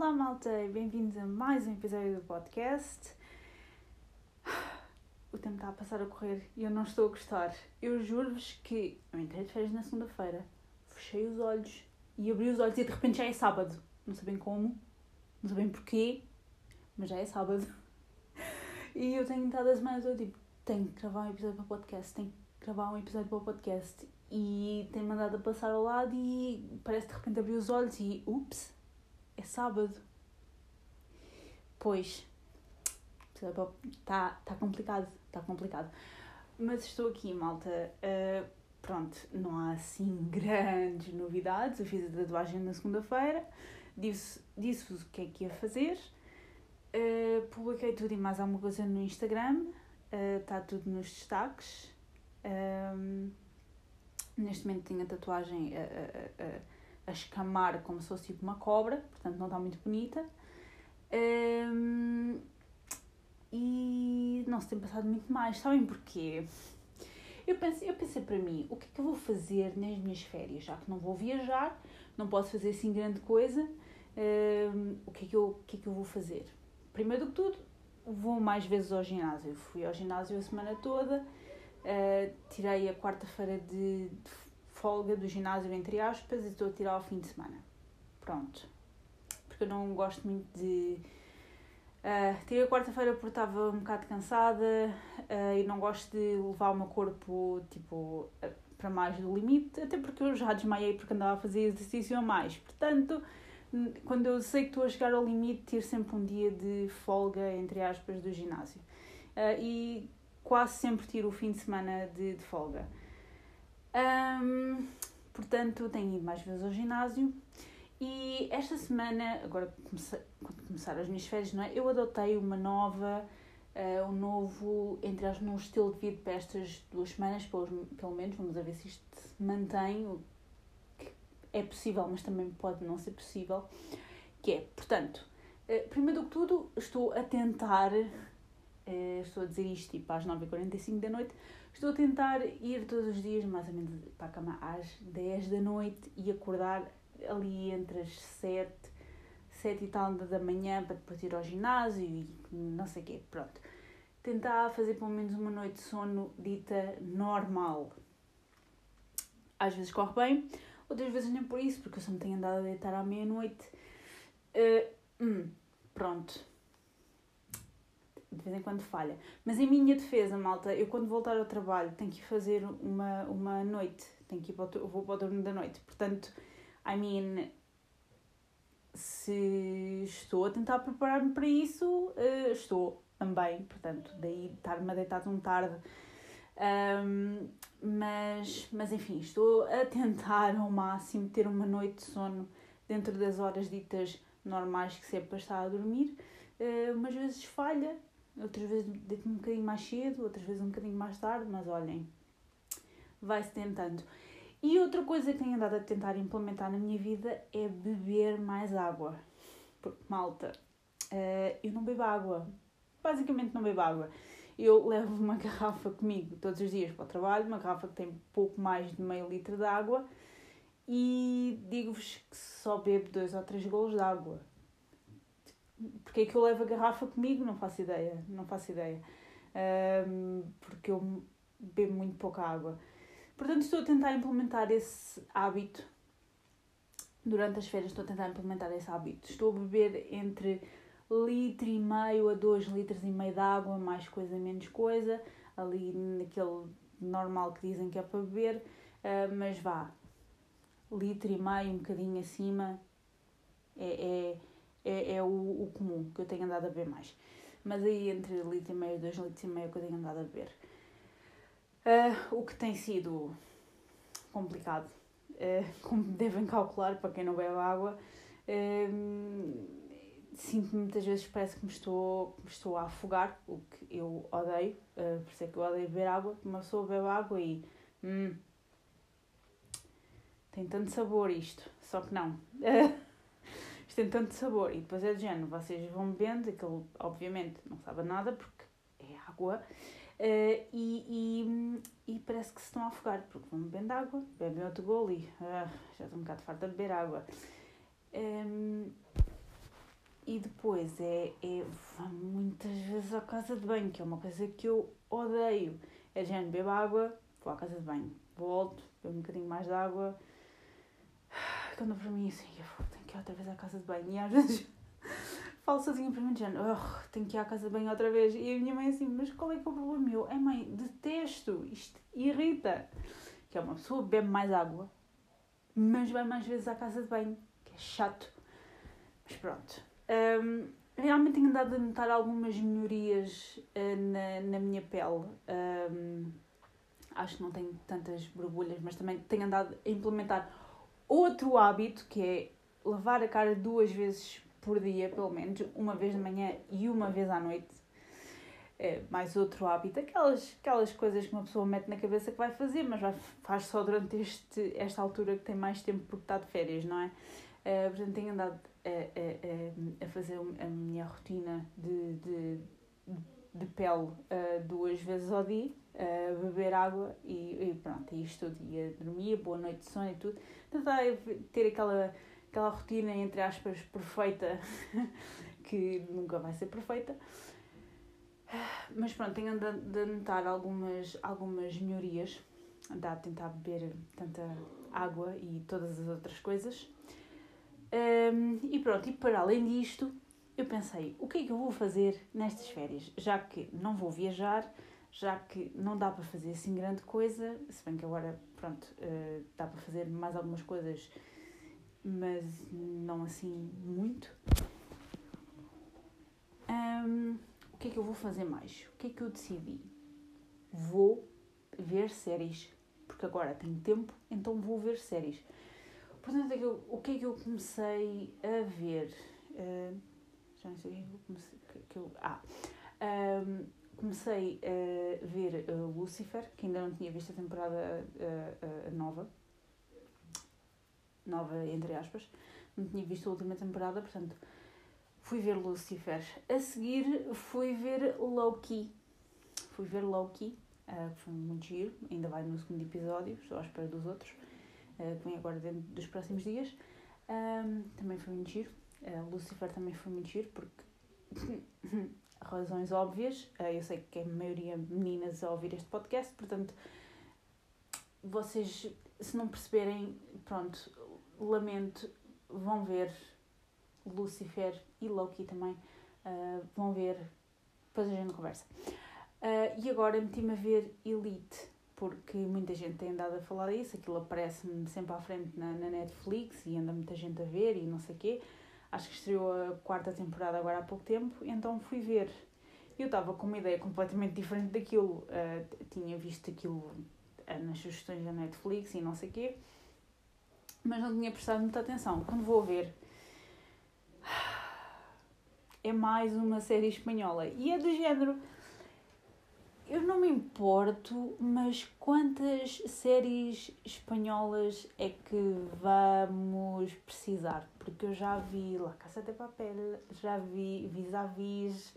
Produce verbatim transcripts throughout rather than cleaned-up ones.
Olá malta e bem-vindos a mais um episódio do podcast. O tempo está a passar a correr e eu não estou a gostar. Eu juro-vos que eu entrei de férias na segunda-feira, fechei os olhos e abri os olhos e de repente já é sábado. Não sei bem como, não sei bem porquê, mas já é sábado. E eu tenho estado a semana toda tipo, tenho que gravar um episódio para o podcast, tenho que gravar um episódio para o podcast. E tenho mandado a passar ao lado e parece de repente abrir os olhos e ups, é sábado. Pois, está tá complicado, está complicado. Mas estou aqui, malta. Uh, pronto, não há assim grandes novidades. Eu fiz a tatuagem na segunda-feira, disse, disse-vos o que é que ia fazer. Uh, publiquei tudo e mais alguma coisa no Instagram. Está uh, tudo nos destaques. Um, neste momento tenho a tatuagem a, a, a, a escamar como se fosse tipo uma cobra, portanto não está muito bonita. Um, e não se tem passado muito mais. Sabem porquê? Eu pensei, eu pensei para mim, o que é que eu vou fazer nas minhas férias? Já que não vou viajar, não posso fazer assim grande coisa, um, o, que é que eu, o que é que eu vou fazer? Primeiro de tudo, vou mais vezes ao ginásio. Eu fui ao ginásio a semana toda, uh, tirei a quarta-feira de, de folga do ginásio, entre aspas, e estou a tirar ao fim de semana. Pronto. Porque eu não gosto muito de... Uh, tirei a quarta-feira porque estava um bocado cansada uh, e não gosto de levar o meu corpo tipo, uh, para mais do limite, até porque eu já desmaiei porque andava a fazer exercício a mais. Portanto, quando eu sei que estou a chegar ao limite, tiro sempre um dia de folga, entre aspas, do ginásio. Uh, e quase sempre tiro o fim de semana de, de folga. Um, portanto, tenho ido mais vezes ao ginásio. E esta semana, agora quando começar as minhas férias, não é? Eu adotei uma nova, uh, um novo, entre as um estilo de vida para estas duas semanas, pelo, pelo menos, vamos ver se isto se mantém, o que é possível, mas também pode não ser possível, que é, portanto, uh, primeiro do que tudo, estou a tentar, uh, estou a dizer isto tipo às nove e quarenta e cinco da noite, estou a tentar ir todos os dias, mais ou menos para a cama às dez da noite e acordar ali entre as sete, sete e tal da manhã para depois ir ao ginásio e não sei o quê, pronto. Tentar fazer pelo menos uma noite de sono dita normal. Às vezes corre bem, outras vezes nem por isso, porque eu só me tenho andado a deitar à meia-noite. Uh, hum, pronto. De vez em quando falha. Mas em minha defesa, malta, eu quando voltar ao trabalho tenho que ir fazer uma, uma noite. Tenho que ir para o, eu vou para o turno da noite. Portanto, I mean, se estou a tentar preparar-me para isso, uh, estou também, portanto, daí estar-me a deitar tão tarde. Um, mas, mas, enfim, estou a tentar ao máximo ter uma noite de sono dentro das horas ditas normais que sempre para estar a dormir. Uh, umas vezes falha, outras vezes deito-me um bocadinho mais cedo, outras vezes um bocadinho mais tarde, mas olhem, vai-se tentando. E outra coisa que tenho andado a tentar implementar na minha vida é beber mais água. Porque, malta, uh, eu não bebo água. Basicamente não bebo água. Eu levo uma garrafa comigo todos os dias para o trabalho, uma garrafa que tem pouco mais de meio litro de água e digo-vos que só bebo dois ou três golos de água. Porque é que eu levo a garrafa comigo? Não faço ideia. Não faço ideia. Um, porque eu bebo muito pouca água. Portanto, estou a tentar implementar esse hábito. Durante as férias estou a tentar implementar esse hábito. Estou a beber entre litro e meio a dois litros e meio de água, mais coisa, menos coisa. Ali naquele normal que dizem que é para beber. Uh, mas vá, litro e meio, um bocadinho acima, é, é, é, é o, o comum que eu tenho andado a beber mais. Mas aí entre litro e meio e dois litros e meio que eu tenho andado a beber. Uh, o que tem sido complicado, uh, como devem calcular, para quem não bebe água, uh, sinto-me muitas vezes, parece que me estou, me estou a afogar, o que eu odeio, uh, por isso é que eu odeio beber água. Uma pessoa bebe água e hum, tem tanto sabor isto, só que não, uh, isto tem tanto sabor, e depois é de género, vocês vão bebendo, aquilo obviamente não sabe nada, porque é água. Uh, e, e, e parece que se estão a afogar, porque vão bebendo água, bebem outro golo e uh, já estou um bocado farta de beber água. Um, e depois é, é vou muitas vezes à casa de banho, que é uma coisa que eu odeio. É género, bebo água, vou à casa de banho, volto, bebo um bocadinho mais de água. Quando para mim assim, eu tenho que ir outra vez à casa de banho. E às vezes falo sozinha para mim, género, oh, tenho que ir à casa de banho outra vez. E a minha mãe assim, mas qual é que é o problema meu? É mãe, detesto, isto irrita. Que é uma pessoa que bebe mais água, mas vai mais vezes à casa de banho, que é chato. Mas pronto. Um, realmente tenho andado a notar algumas melhorias uh, na, na minha pele. Um, acho que não tenho tantas borbulhas, mas também tenho andado a implementar outro hábito, que é lavar a cara duas vezes por dia, pelo menos, uma vez de manhã e uma vez à noite. É mais outro hábito, aquelas, aquelas coisas que uma pessoa mete na cabeça que vai fazer, mas vai, faz só durante este, esta altura que tem mais tempo porque está de férias, não é? Uh, portanto, tenho andado a, a, a fazer a minha rotina de, de, de pele uh, duas vezes ao dia, uh, beber água e, e pronto, e isto todo dia dormia, boa noite de sono e tudo. Tentar ter aquela, aquela rotina, entre aspas, perfeita, que nunca vai ser perfeita. Mas pronto, tenho andado a notar algumas, algumas melhorias, andar a tentar beber tanta água e todas as outras coisas. Um, e pronto, e para além disto, eu pensei, o que é que eu vou fazer nestas férias? Já que não vou viajar, já que não dá para fazer assim grande coisa, se bem que agora, pronto, uh, dá para fazer mais algumas coisas, mas não assim muito. Um, o que é que eu vou fazer mais? O que é que eu decidi? Vou ver séries, porque agora tenho tempo, então vou ver séries. Portanto, é que eu, o que é que eu comecei a ver? Uh, já não sei o que eu comecei... Que eu, ah, um, comecei a ver uh, Lucifer, que ainda não tinha visto a temporada uh, uh, nova. Nova, entre aspas. Não tinha visto a última temporada, portanto, fui ver Lucifer. A seguir, fui ver Loki. Fui ver Loki, uh, que foi muito giro. Ainda vai no segundo episódio, estou à espera dos outros. Uh, que vem agora dentro dos próximos dias. Um, também foi muito giro. Uh, Lucifer também foi muito giro, porque razões óbvias. Uh, eu sei que é a maioria meninas a ouvir este podcast, portanto, vocês, se não perceberem, pronto, lamento, vão ver Lucifer e Loki também. Uh, vão ver, depois a gente conversa. Uh, e agora meti-me a ver Elite, porque muita gente tem andado a falar disso, aquilo aparece-me sempre à frente na, na Netflix e anda muita gente a ver e não sei o quê. Acho que estreou a quarta temporada agora há pouco tempo, então fui ver. Eu estava com uma ideia completamente diferente daquilo. Uh, tinha visto aquilo uh, nas sugestões da Netflix e não sei o quê, mas não tinha prestado muita atenção. Quando vou ver, é mais uma série espanhola e é do género... Eu não me importo, mas quantas séries espanholas é que vamos precisar? Porque eu já vi La Casa de Papel, já vi Vis-a-Vis,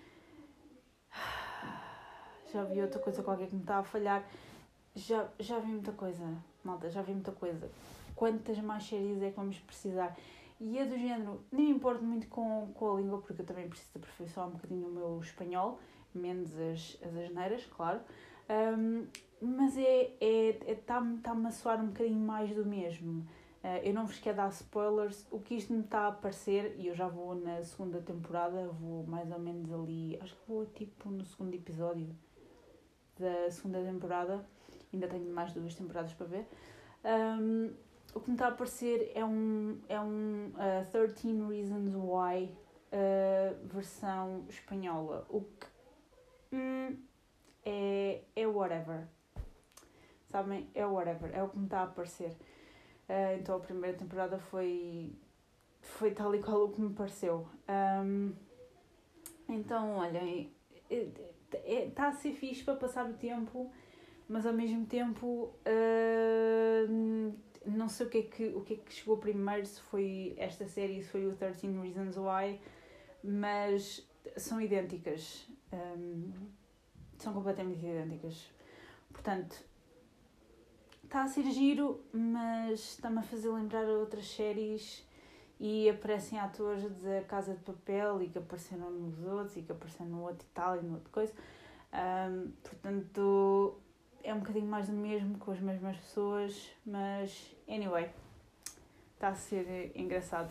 já vi outra coisa qualquer que me está a falhar. Já, já vi muita coisa, malta, já vi muita coisa. Quantas mais séries é que vamos precisar? E é do género, nem me importo muito com, com a língua, porque eu também preciso aperfeiçoar um bocadinho o meu espanhol, menos as, as asneiras, claro. Um, mas é, é, é, tá-me, tá-me a soar um bocadinho mais do mesmo. Uh, eu não vos quero dar spoilers. O que isto me está a parecer, e eu já vou na segunda temporada, vou mais ou menos ali, acho que vou tipo no segundo episódio da segunda temporada. Ainda tenho mais duas temporadas para ver. Um, o que me está a parecer é um, é um uh, thirteen Reasons Why uh, versão espanhola. O que Hum, é, é whatever. Sabem? É whatever. É o que me está a aparecer. Uh, então a primeira temporada foi, foi tal e qual o que me pareceu. Um, então, olhem, está a ser fixe para passar o tempo, mas ao mesmo tempo uh, não sei o que, é que, o que é que chegou primeiro, se foi esta série, se foi o thirteen Reasons Why, mas são idênticas. Um, são completamente idênticas. Portanto, está a ser giro, mas está-me a fazer lembrar outras séries e aparecem atores da Casa de Papel e que apareceram nos outros e que apareceram no outro e tal e no outro coisa. Um, portanto, é um bocadinho mais do mesmo com as mesmas pessoas, mas anyway, está a ser engraçado.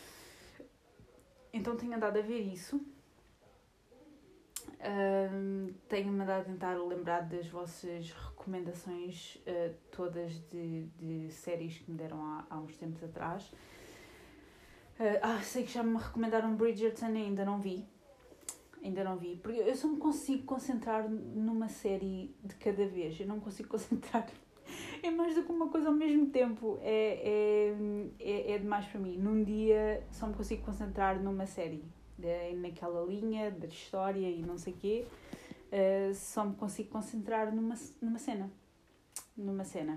Então tenho andado a ver isso. Um, tenho-me andado a tentar lembrar das vossas recomendações uh, todas de, de séries que me deram há, há uns tempos atrás. Uh, ah, sei que já me recomendaram Bridgerton e ainda não vi. Ainda não vi. Porque eu só me consigo concentrar numa série de cada vez. Eu não consigo concentrar em mais do que uma coisa ao mesmo tempo. É, é, é, é demais para mim. Num dia só me consigo concentrar numa série. De, naquela linha da história e não sei o quê. Uh, só me consigo concentrar numa, numa cena. Numa cena.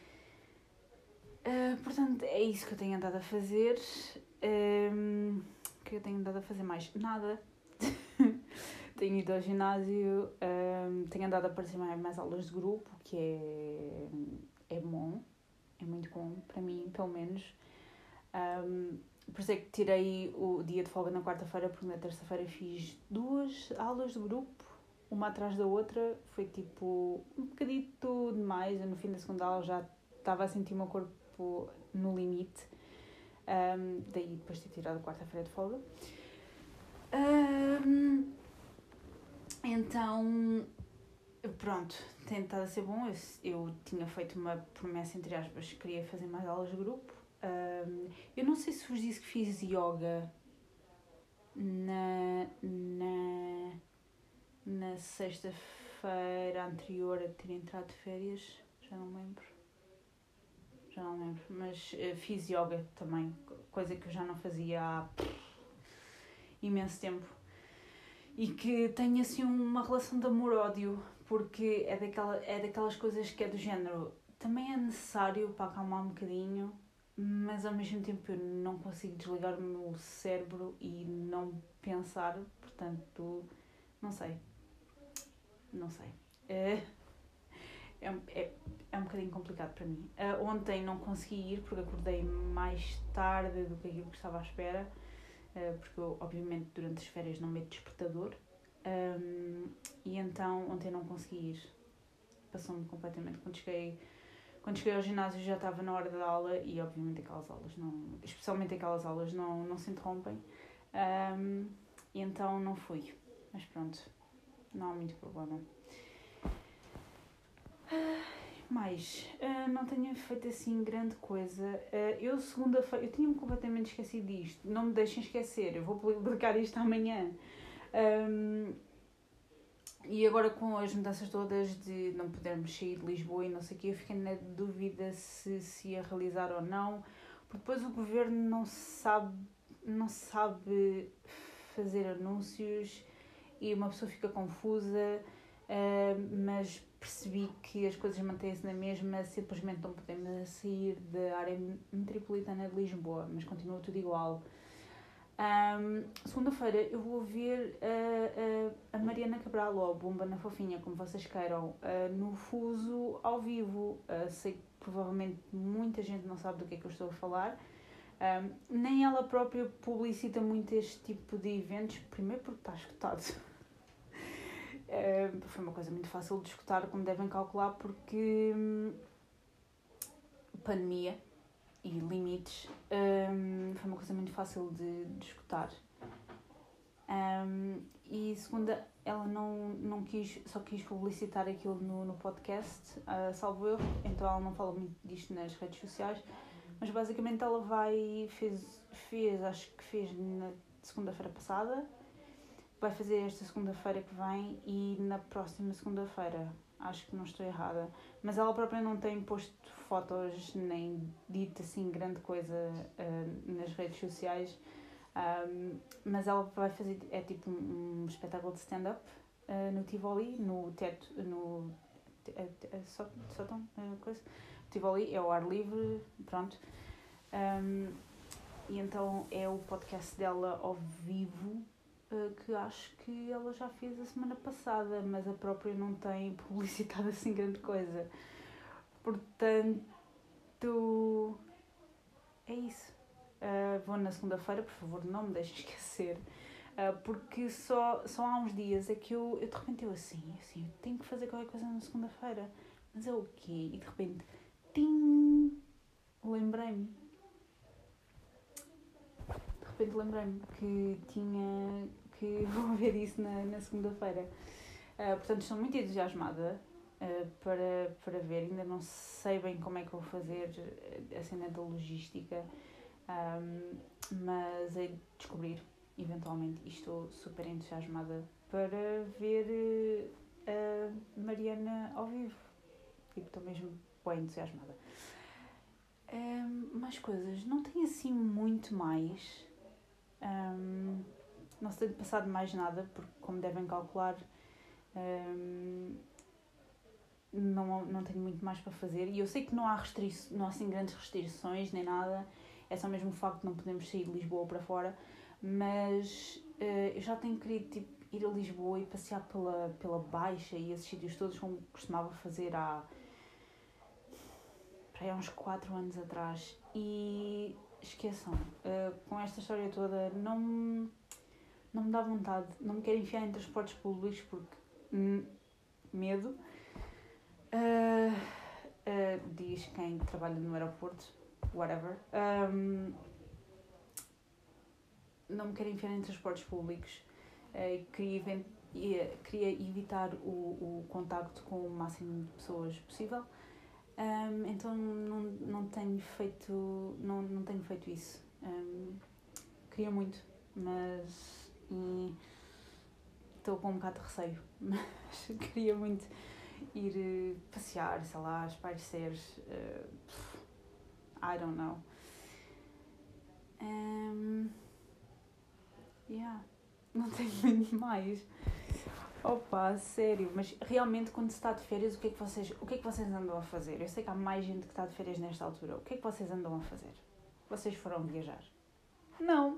Uh, portanto, é isso que eu tenho andado a fazer. Um, o que eu tenho andado a fazer mais? Nada. Tenho ido ao ginásio, um, tenho andado a aparecer mais, mais aulas de grupo, que é, é bom, é muito bom, para mim, pelo menos. Um, por isso é que tirei o dia de folga na quarta-feira, porque na terça-feira fiz duas aulas de grupo, uma atrás da outra. Foi tipo um bocadito demais. Eu, no fim da segunda aula já estava a sentir o meu corpo no limite. Um, daí depois de ter tirado a quarta-feira de folga. Um, então, pronto, tem estado a ser bom. Eu, eu tinha feito uma promessa, entre aspas, que queria fazer mais aulas de grupo. Um, eu não sei se vos disse que fiz yoga na, na, na sexta-feira anterior a ter entrado de férias. Já não lembro. Já não lembro. Mas uh, fiz yoga também, coisa que eu já não fazia há imenso tempo. E que tenho assim uma relação de amor-ódio, porque é, daquela, é daquelas coisas que é do género, também é necessário para acalmar um bocadinho, mas ao mesmo tempo eu não consigo desligar o meu cérebro e não pensar, portanto, não sei, não sei. É, é, é, é um bocadinho complicado para mim. Uh, ontem não consegui ir porque acordei mais tarde do que aquilo que estava à espera. Uh, porque eu, obviamente, durante as férias não meto despertador. Um, e então, ontem não consegui ir. Passou-me completamente. Quando cheguei, quando cheguei ao ginásio já estava na hora da aula e, obviamente, aquelas aulas, não, especialmente aquelas aulas, não, não se interrompem. Um, e então não fui. Mas pronto, não há muito problema. Uh, mais, uh, não tenho feito assim grande coisa. Uh, eu segunda-feira, eu tinha-me completamente esquecido disto, não me deixem esquecer, eu vou publicar isto amanhã. Um, e agora com as mudanças todas de não podermos sair de Lisboa e não sei o quê, eu fiquei na dúvida se se ia realizar ou não, porque depois o governo não sabe, não sabe fazer anúncios e uma pessoa fica confusa. Uh, mas percebi que as coisas mantêm-se na mesma, simplesmente não podemos sair da área metropolitana de Lisboa, mas continua tudo igual. Um, segunda-feira eu vou ver uh, uh, a Mariana Cabral, ou a Bumba na Fofinha, como vocês queiram, uh, no Fuso ao vivo. Uh, sei que provavelmente muita gente não sabe do que é que eu estou a falar. Um, nem ela própria publicita muito este tipo de eventos, primeiro porque está escutado. Uh, foi uma coisa muito fácil de escutar, como devem calcular, porque hum, pandemia e limites, um, foi uma coisa muito fácil de, de escutar. Um, e segunda, ela não, não quis, só quis publicitar aquilo no, no podcast, uh, salvo erro, então ela não fala muito disto nas redes sociais, mas basicamente ela vai, fez, fez acho que fez na segunda-feira passada, vai fazer esta segunda-feira que vem e na próxima segunda-feira, acho que não estou errada, mas ela própria não tem posto fotos nem dito assim grande coisa uh, nas redes sociais, um, mas ela vai fazer, é tipo um, um espetáculo de stand-up uh, no Tivoli, no teto, no sótão, uh, coisa, Tivoli, é ao ar livre, pronto, um, e então é o podcast dela ao vivo, que acho que ela já fez a semana passada, mas a própria não tem publicitado assim grande coisa. Portanto, é isso. vou na segunda-feira, por favor, não me deixem esquecer. Uh, porque só, só há uns dias é que eu, eu de repente eu assim, assim, eu tenho que fazer qualquer coisa na segunda-feira. Mas é o quê? E de repente, tim, lembrei-me. De repente lembrei-me que tinha, que vou ver isso na, na segunda-feira. Uh, portanto, estou muito entusiasmada uh, para, para ver. Ainda não sei bem como é que vou fazer a cena da logística, um, mas é de descobrir. Eventualmente, e estou super entusiasmada para ver uh, a Mariana ao vivo. Tipo, estou mesmo bem entusiasmada. Um, mais coisas, não tenho assim muito mais. Um, não se tem passado mais nada, porque, como devem calcular, um, não, não tenho muito mais para fazer. E eu sei que não há, restrições, não há assim grandes restrições nem nada, é só mesmo o facto de não podermos sair de Lisboa para fora. Mas uh, eu já tenho querido tipo, ir a Lisboa e passear pela, pela Baixa e esses sítios todos, como costumava fazer há, há uns quatro anos atrás. E esqueçam, uh, com esta história toda, não, não me dá vontade, não me quero enfiar em transportes públicos porque hum, medo. Uh, uh, diz quem trabalha no aeroporto, whatever. Um, não me quero enfiar em transportes públicos. Uh, queria, queria evitar o, o contacto com o máximo de pessoas possível. Um, então não, não tenho feito não, não tenho feito isso. Um, queria muito, mas estou com um bocado de receio, mas queria muito ir passear, sei lá, espairecer, uh, I don't know. Um, yeah, não tenho muito mais. Opa, sério, mas realmente quando se está de férias, o que é que vocês, o que é que vocês andam a fazer? Eu sei que há mais gente que está de férias nesta altura. O que é que vocês andam a fazer? Vocês foram viajar? Não.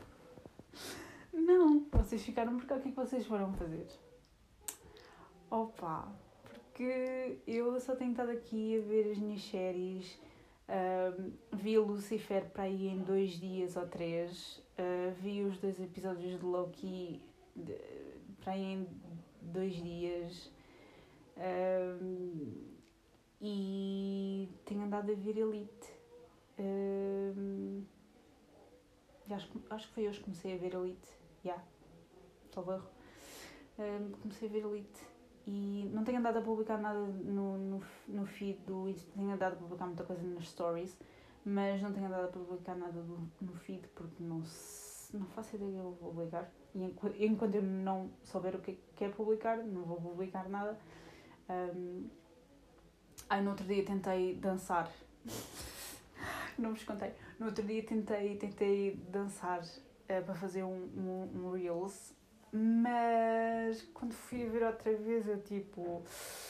Não. Vocês ficaram por cá, o que é que vocês foram fazer? Opa, porque eu só tenho estado aqui a ver as minhas séries. Uh, vi o Lucifer para aí em dois dias ou três. Uh, vi os dois episódios de Loki de, para aí em dois dias. Uh, e tenho andado a ver Elite. Uh, acho, acho que foi hoje que comecei a ver Elite. Já, yeah, salvo erro. Uh, comecei a ver Elite. E não tenho andado a publicar nada no, no, no feed do Insta, tenho andado a publicar muita coisa nas stories, mas não tenho andado a publicar nada do, no feed porque não, não faço ideia do que eu vou publicar. E enquanto, enquanto eu não souber o que é que quero publicar, não vou publicar nada. Um, aí no outro dia tentei dançar, não vos contei, no outro dia tentei, tentei dançar uh, para fazer um, um, um Reels. Mas quando fui a ver outra vez eu tipo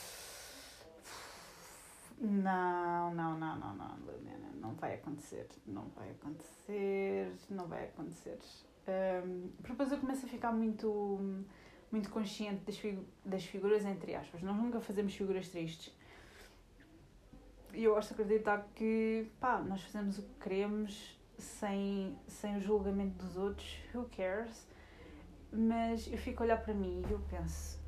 não, não, não, não, não, Liliana, não vai acontecer, não vai acontecer, não vai acontecer. Um, depois eu começo a ficar muito, muito consciente das, figu- das figuras, entre aspas. Nós nunca fazemos figuras tristes. E eu gosto de acreditar que pá, nós fazemos o que queremos sem, sem o julgamento dos outros, who cares? Mas eu fico a olhar para mim e eu penso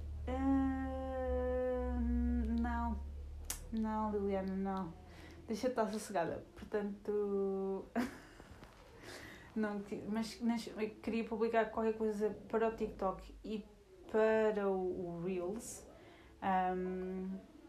ah, não, não Liliana, não, deixa eu estar sossegada, portanto não, mas, mas eu queria publicar qualquer coisa para o TikTok e para o, o Reels, um,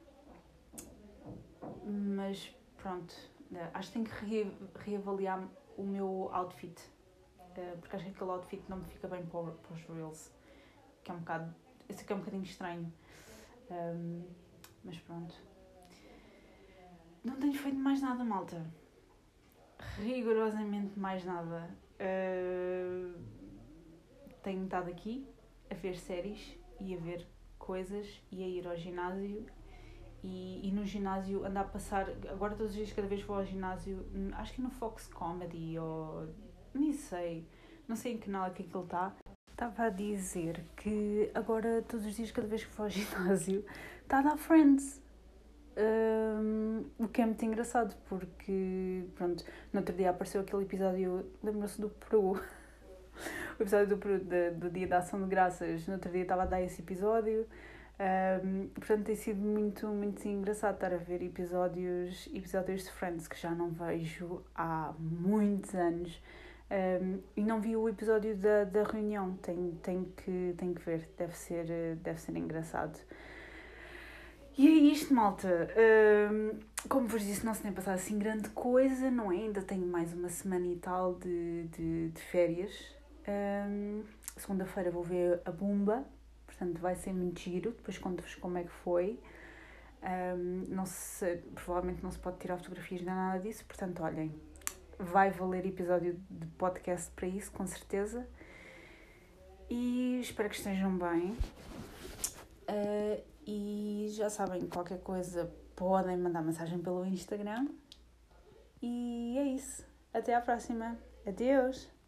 mas pronto, acho que tenho que re, reavaliar o meu outfit. Uh, porque acho que aquele outfit não me fica bem para, para os Reels, que é um bocado, esse aqui é um bocadinho estranho, um, mas pronto, não tenho feito mais nada, malta, rigorosamente mais nada. Uh, tenho estado aqui a ver séries e a ver coisas e a ir ao ginásio e, e no ginásio andar a passar, agora todos os dias cada vez vou ao ginásio, acho que no Fox Comedy ou nem sei, não sei em que canal é que aquilo está. Estava a dizer que agora, todos os dias, cada vez que vou ao ginásio, está a dar Friends. Um, o que é muito engraçado, porque, pronto, no outro dia apareceu aquele episódio, lembram-se do Peru, o episódio do Peru, de, do Dia da Ação de Graças, no outro dia estava a dar esse episódio, um, portanto tem sido muito, muito engraçado estar a ver episódios, episódios de Friends, que já não vejo há muitos anos, um, e não vi o episódio da, da reunião, tenho, tenho, que, tenho que ver, deve ser, deve ser engraçado. E é isto, malta. Um, como vos disse, não se tem passado assim grande coisa, não é? Ainda tenho mais uma semana e tal de, de, de férias. Um, segunda-feira vou ver a Bumba, portanto vai ser muito giro. Depois conto-vos como é que foi. Um, não se, provavelmente não se pode tirar fotografias nem nada disso, portanto, olhem, vai valer episódio de podcast para isso, com certeza. E espero que estejam bem. Uh, E já sabem, qualquer coisa podem mandar mensagem pelo Instagram. E é isso. Até à próxima. Adeus!